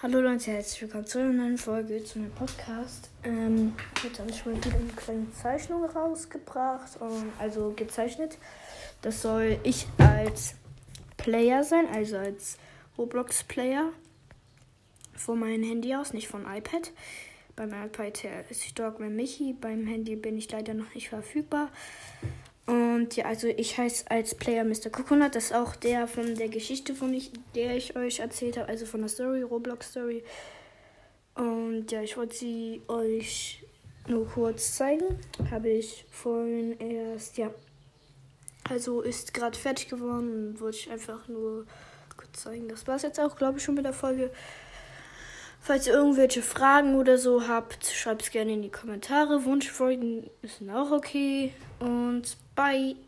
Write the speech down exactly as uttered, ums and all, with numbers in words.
Hallo Leute, herzlich willkommen zu einer neuen Folge, zu einem Podcast. Ähm, heute habe ich mal wieder eine kleine Zeichnung rausgebracht, und, also gezeichnet. Das soll ich als Player sein, also als Roblox-Player von meinem Handy aus, nicht vom iPad. Beim iPad ist Dogman Michi, beim Handy bin ich leider noch nicht verfügbar. Und ja, also ich heiße als Player Mister Coconut. Das ist auch der von der Geschichte, von ich, der ich euch erzählt habe, also von der Story, Roblox Story. Und ja, ich wollte sie euch nur kurz zeigen. Habe ich vorhin erst, ja, also ist gerade fertig geworden und wollte ich einfach nur kurz zeigen. Das war es jetzt auch, glaube ich, schon mit der Folge. Falls ihr irgendwelche Fragen oder so habt, schreibt es gerne in die Kommentare. Wunschfolgen sind auch okay. Und bye.